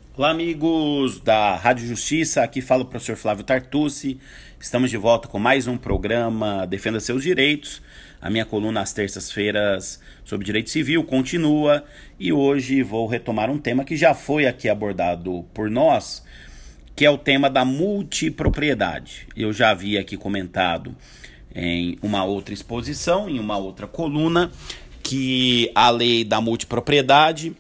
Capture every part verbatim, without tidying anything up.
Olá, amigos da Rádio Justiça, aqui fala o professor Flávio Tartucci. Estamos de volta com mais um programa Defenda Seus Direitos. A minha coluna às terças-feiras sobre direito civil continua e hoje vou retomar um tema que já foi aqui abordado por nós, que é o tema da multipropriedade. Eu já havia aqui comentado em uma outra exposição, em uma outra coluna, que a lei da multipropriedade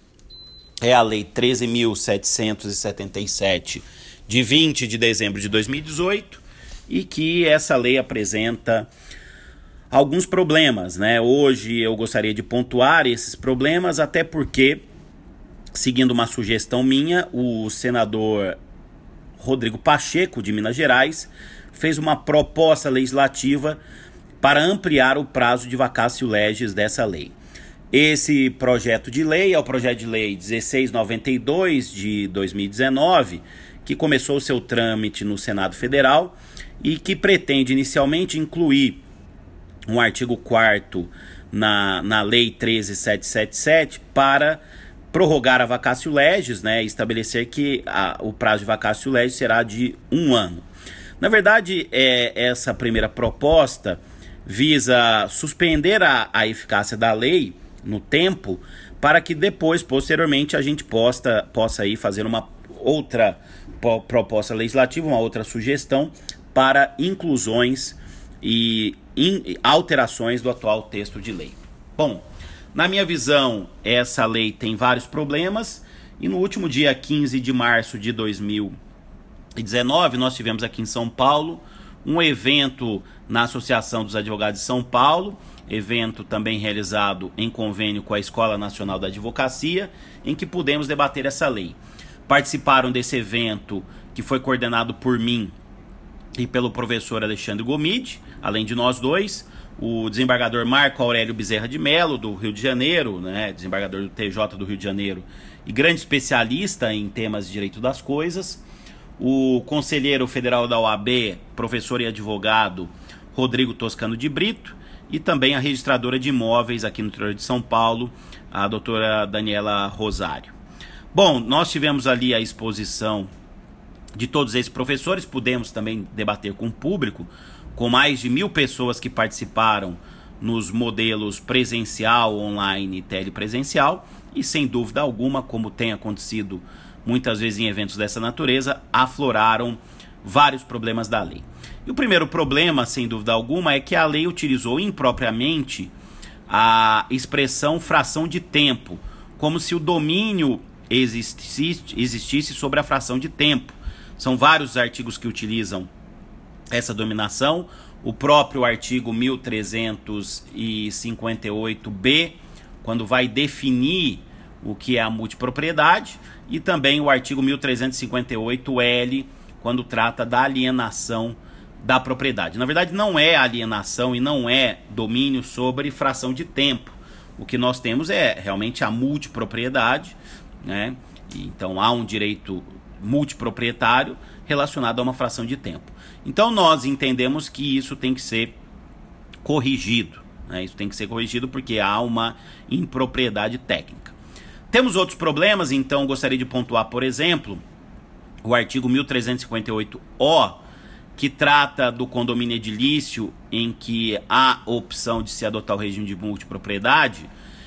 é a Lei treze mil setecentos e setenta e sete, de vinte de dezembro de dois mil e dezoito, e que essa lei apresenta alguns problemas, né? Hoje eu gostaria de pontuar esses problemas, até porque, seguindo uma sugestão minha, o senador Rodrigo Pacheco, de Minas Gerais, fez uma proposta legislativa para ampliar o prazo de vacatio legis dessa lei. Esse projeto de lei é o projeto de lei dezesseis noventa e dois de dois mil e dezenove, que começou o seu trâmite no Senado Federal e que pretende inicialmente incluir um artigo quarto na, na Lei treze mil setecentos e setenta e sete para prorrogar a vacatio legis, né, e estabelecer que a, o prazo de vacatio legis será de um ano. Na verdade, é, essa primeira proposta visa suspender a, a eficácia da lei no tempo, para que depois, posteriormente, a gente possa, possa aí fazer uma outra proposta legislativa, uma outra sugestão para inclusões e in, alterações do atual texto de lei. Bom, na minha visão, essa lei tem vários problemas e no último dia quinze de março de dois mil e dezenove, nós tivemos aqui em São Paulo um evento na Associação dos Advogados de São Paulo, evento também realizado em convênio com a Escola Nacional da Advocacia, em que pudemos debater essa lei. Participaram desse evento, que foi coordenado por mim e pelo professor Alexandre Gomide, além de nós dois, o desembargador Marco Aurélio Bezerra de Mello, do Rio de Janeiro, né, desembargador do T J do Rio de Janeiro e grande especialista em temas de direito das coisas, o conselheiro federal da O A B, professor e advogado Rodrigo Toscano de Brito, e também a registradora de imóveis aqui no interior de São Paulo, a doutora Daniela Rosário. Bom, nós tivemos ali a exposição de todos esses professores, pudemos também debater com o público, com mais de mil pessoas que participaram nos modelos presencial, online e telepresencial, e sem dúvida alguma, como tem acontecido muitas vezes em eventos dessa natureza, afloraram vários problemas da lei. E o primeiro problema, sem dúvida alguma, é que a lei utilizou impropriamente a expressão fração de tempo, como se o domínio existisse, existisse sobre a fração de tempo. São vários artigos que utilizam essa dominação, o próprio artigo mil trezentos e cinquenta e oito B, quando vai definir o que é a multipropriedade, e também o artigo mil trezentos e cinquenta e oito L, quando trata da alienação da propriedade. Na verdade, não é alienação e não é domínio sobre fração de tempo. O que nós temos é realmente a multipropriedade, né? Então há um direito multiproprietário relacionado a uma fração de tempo. Então nós entendemos que isso tem que ser corrigido, né? Isso tem que ser corrigido porque há uma impropriedade técnica. Temos outros problemas, então gostaria de pontuar, por exemplo, o artigo mil trezentos e cinquenta e oito O, que trata do condomínio edilício, em que há opção de se adotar o regime de multipropriedade,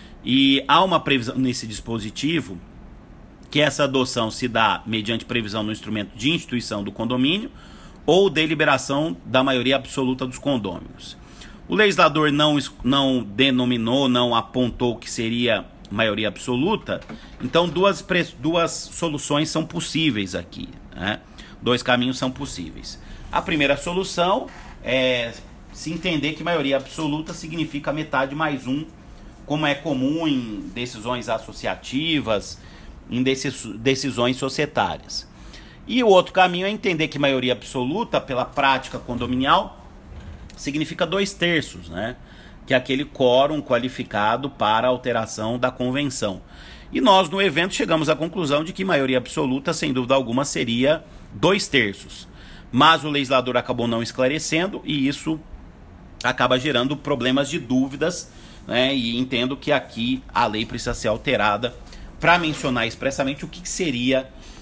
e há uma previsão nesse dispositivo que essa adoção se dá mediante previsão no instrumento de instituição do condomínio ou deliberação da maioria absoluta dos condôminos. O legislador não, não denominou, não apontou que seria maioria absoluta, então duas, duas soluções são possíveis aqui, né? Dois caminhos são possíveis. A primeira solução é se entender que maioria absoluta significa metade mais um, como é comum em decisões associativas, em decisões societárias. E o outro caminho é entender que maioria absoluta, pela prática condominial, significa dois terços, né? Que é aquele quórum qualificado para alteração da convenção. E nós, no evento, chegamos à conclusão de que maioria absoluta, sem dúvida alguma, seria dois terços. Mas o legislador acabou não esclarecendo e isso acaba gerando problemas de dúvidas, né? E entendo que aqui a lei precisa ser alterada para mencionar expressamente o que seria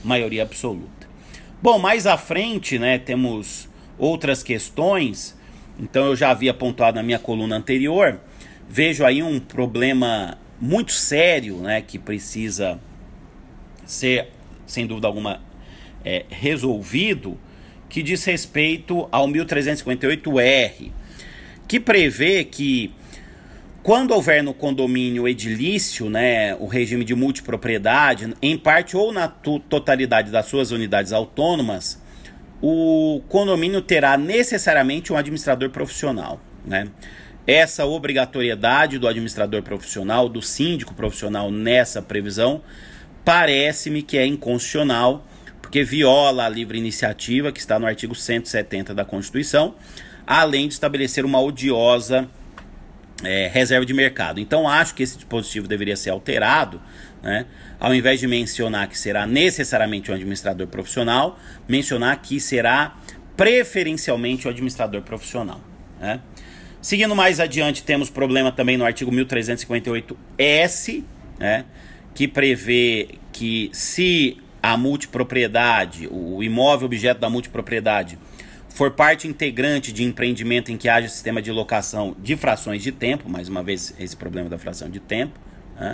maioria absoluta. Bom, mais à frente, né, temos outras questões. Então eu já havia pontuado na minha coluna anterior. Vejo aí um problema muito sério, né, que precisa ser, sem dúvida alguma, é, resolvido, que diz respeito ao mil trezentos e cinquenta e oito R, que prevê que quando houver no condomínio edilício, né, o regime de multipropriedade, em parte ou na totalidade das suas unidades autônomas, o condomínio terá necessariamente um administrador profissional, né? Essa obrigatoriedade do administrador profissional, do síndico profissional nessa previsão, parece-me que é inconstitucional, porque viola a livre iniciativa que está no artigo cento e setenta da Constituição, além de estabelecer uma odiosa é, reserva de mercado. Então acho que esse dispositivo deveria ser alterado, né? Ao invés de mencionar que será necessariamente um administrador profissional, mencionar que será preferencialmente um administrador profissional, né? Seguindo mais adiante, temos problema também no artigo mil trezentos e cinquenta e oito S, né, que prevê que se a multipropriedade, o imóvel objeto da multipropriedade, for parte integrante de empreendimento em que haja sistema de locação de frações de tempo, mais uma vez esse problema da fração de tempo, né,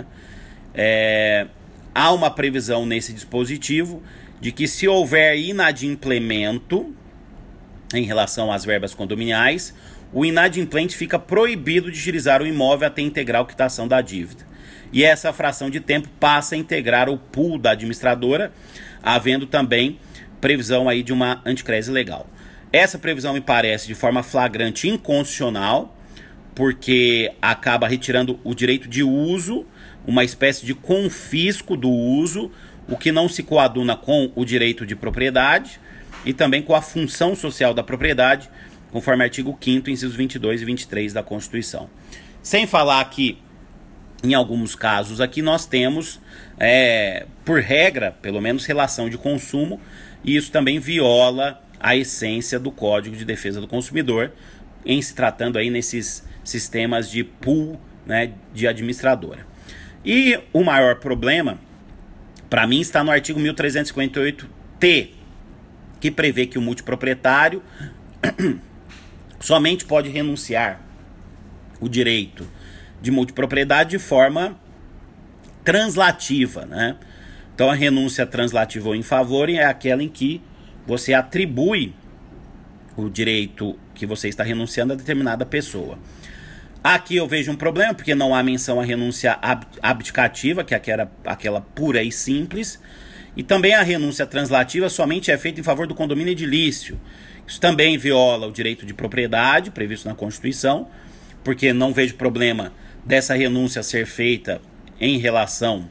é, há uma previsão nesse dispositivo de que se houver inadimplemento em relação às verbas condominiais, o inadimplente fica proibido de utilizar o imóvel até integrar a quitação da dívida. E essa fração de tempo passa a integrar o pool da administradora, havendo também previsão aí de uma anticrese legal. Essa previsão me parece de forma flagrante inconstitucional, porque acaba retirando o direito de uso, uma espécie de confisco do uso, o que não se coaduna com o direito de propriedade e também com a função social da propriedade, conforme artigo quinto, incisos vinte e dois e vinte e três da Constituição. Sem falar que, em alguns casos aqui, nós temos, é, por regra, pelo menos, relação de consumo, e isso também viola a essência do Código de Defesa do Consumidor, em se tratando aí nesses sistemas de pool, né, de administradora. E o maior problema, para mim, está no artigo mil trezentos e cinquenta e oito T, que prevê que o multiproprietário somente pode renunciar o direito de multipropriedade de forma translativa, né? Então a renúncia translativa ou em favor é aquela em que você atribui o direito que você está renunciando a determinada pessoa. Aqui eu vejo um problema, porque não há menção à renúncia abdicativa, que é aquela, aquela pura e simples, e também a renúncia translativa somente é feita em favor do condomínio edilício. Isso também viola o direito de propriedade previsto na Constituição, porque não vejo problema dessa renúncia ser feita em relação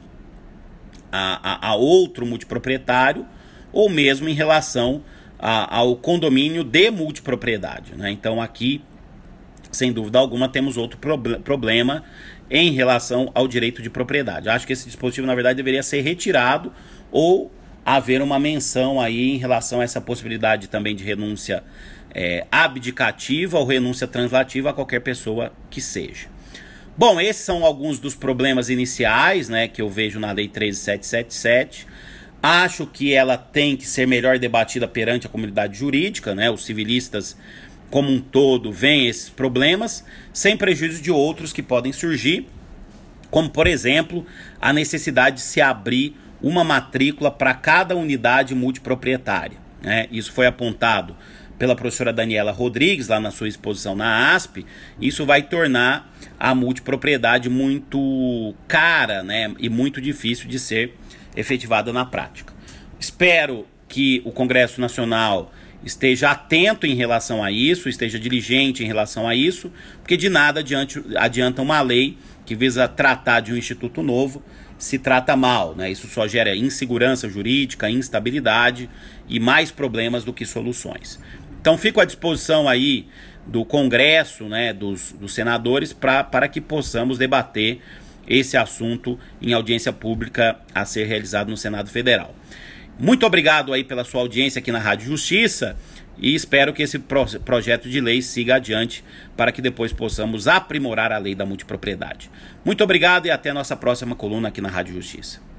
a, a, a outro multiproprietário, ou mesmo em relação a, ao condomínio de multipropriedade, né? Então aqui, sem dúvida alguma, temos outro proble- problema em relação ao direito de propriedade. Acho que esse dispositivo, na verdade, deveria ser retirado ou haver uma menção aí em relação a essa possibilidade também de renúncia é, abdicativa ou renúncia translativa a qualquer pessoa que seja. Bom, esses são alguns dos problemas iniciais, né, que eu vejo na Lei treze mil setecentos e setenta e sete. Acho que ela tem que ser melhor debatida perante a comunidade jurídica, né? Os civilistas como um todo veem esses problemas, sem prejuízo de outros que podem surgir, como, por exemplo, a necessidade de se abrir uma matrícula para cada unidade multiproprietária, né? Isso foi apontado pela professora Daniela Rodrigues, lá na sua exposição na A S P. Isso vai tornar a multipropriedade muito cara, né? E muito difícil de ser efetivada na prática. Espero que o Congresso Nacional esteja atento em relação a isso, esteja diligente em relação a isso, porque de nada adiante, adianta uma lei que visa tratar de um instituto novo se trata mal, né? Isso só gera insegurança jurídica, instabilidade e mais problemas do que soluções. Então fico à disposição aí do Congresso, né, dos, dos senadores, pra, para que possamos debater esse assunto em audiência pública a ser realizado no Senado Federal. Muito obrigado aí pela sua audiência aqui na Rádio Justiça e espero que esse pro, projeto de lei siga adiante para que depois possamos aprimorar a lei da multipropriedade. Muito obrigado e até a nossa próxima coluna aqui na Rádio Justiça.